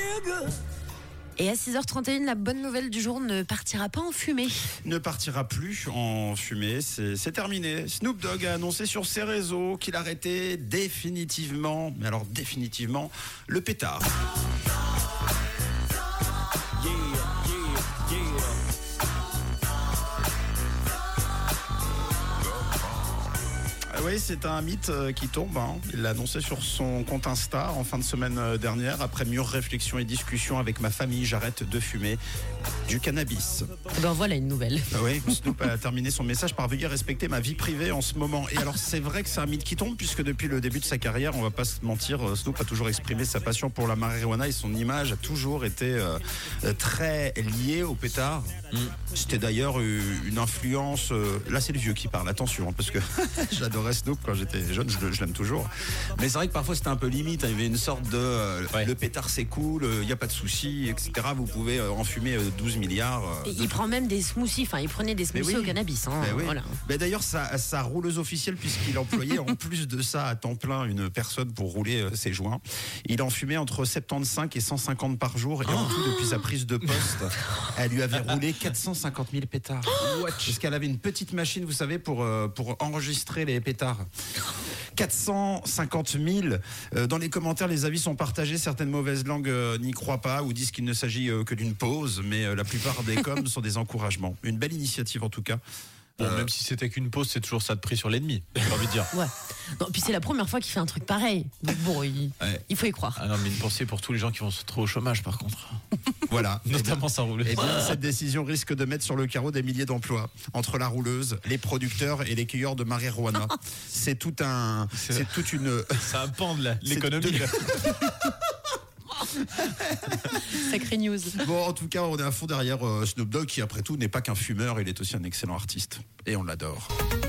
Et à 6h31, la bonne nouvelle du jour ne partira pas en fumée. Ne partira plus en fumée, c'est terminé. Snoop Dogg a annoncé sur ses réseaux qu'il arrêtait définitivement, mais alors définitivement, le pétard. Oui, c'est un mythe qui tombe. Il l'a annoncé sur son compte Insta en fin de semaine dernière. Après mûre réflexion et discussion avec ma famille, j'arrête de fumer du cannabis. Ben voilà une nouvelle. Oui, Snoop a terminé son message par veuillez respecter ma vie privée en ce moment. Et alors c'est vrai que c'est un mythe qui tombe puisque depuis le début de sa carrière, on va pas se mentir, Snoop a toujours exprimé sa passion pour la marijuana et son image a toujours été très liée au pétard. C'était d'ailleurs une influence. Là c'est le vieux qui parle, attention, parce que j'adorais Snoop quand j'étais jeune, je l'aime toujours. Mais c'est vrai que parfois c'était un peu limite. Il y avait une sorte de le pétard c'est cool, il n'y a pas de souci, etc. Vous pouvez en fumer 12 milliards. Il prend même des smoothies, enfin il prenait des smoothies au cannabis. Oui. Voilà. Mais d'ailleurs sa rouleuse officielle, puisqu'il employait en plus de ça à temps plein une personne pour rouler ses joints, il en fumait entre 75 et 150 par jour. Et en tout, depuis sa prise de poste, elle lui avait roulé 450 000 pétards. Parce qu'elle avait une petite machine, vous savez, pour enregistrer les pétards. 450 000. Dans les commentaires, les avis sont partagés. Certaines mauvaises langues n'y croient pas ou disent qu'il ne s'agit que d'une pause, mais la plupart des coms sont des encouragements. Une belle initiative en tout cas. Bon, même si c'était qu'une pause, c'est toujours ça de prix sur l'ennemi, j'ai envie de dire. Ouais. Non, puis c'est la première fois qu'il fait un truc pareil. Donc bon, il faut y croire. Ah non, mais une pensée pour tous les gens qui vont se retrouver au chômage, par contre. Voilà. Notamment sa rouleuse. Et bien, cette décision risque de mettre sur le carreau des milliers d'emplois. Entre la rouleuse, les producteurs et les cueilleurs de marijuana. C'est toute une. C'est un pan de l'économie. Sacré news. Bon, en tout cas, on est à fond derrière Snoop Dogg qui, après tout, n'est pas qu'un fumeur, il est aussi un excellent artiste. Et on l'adore.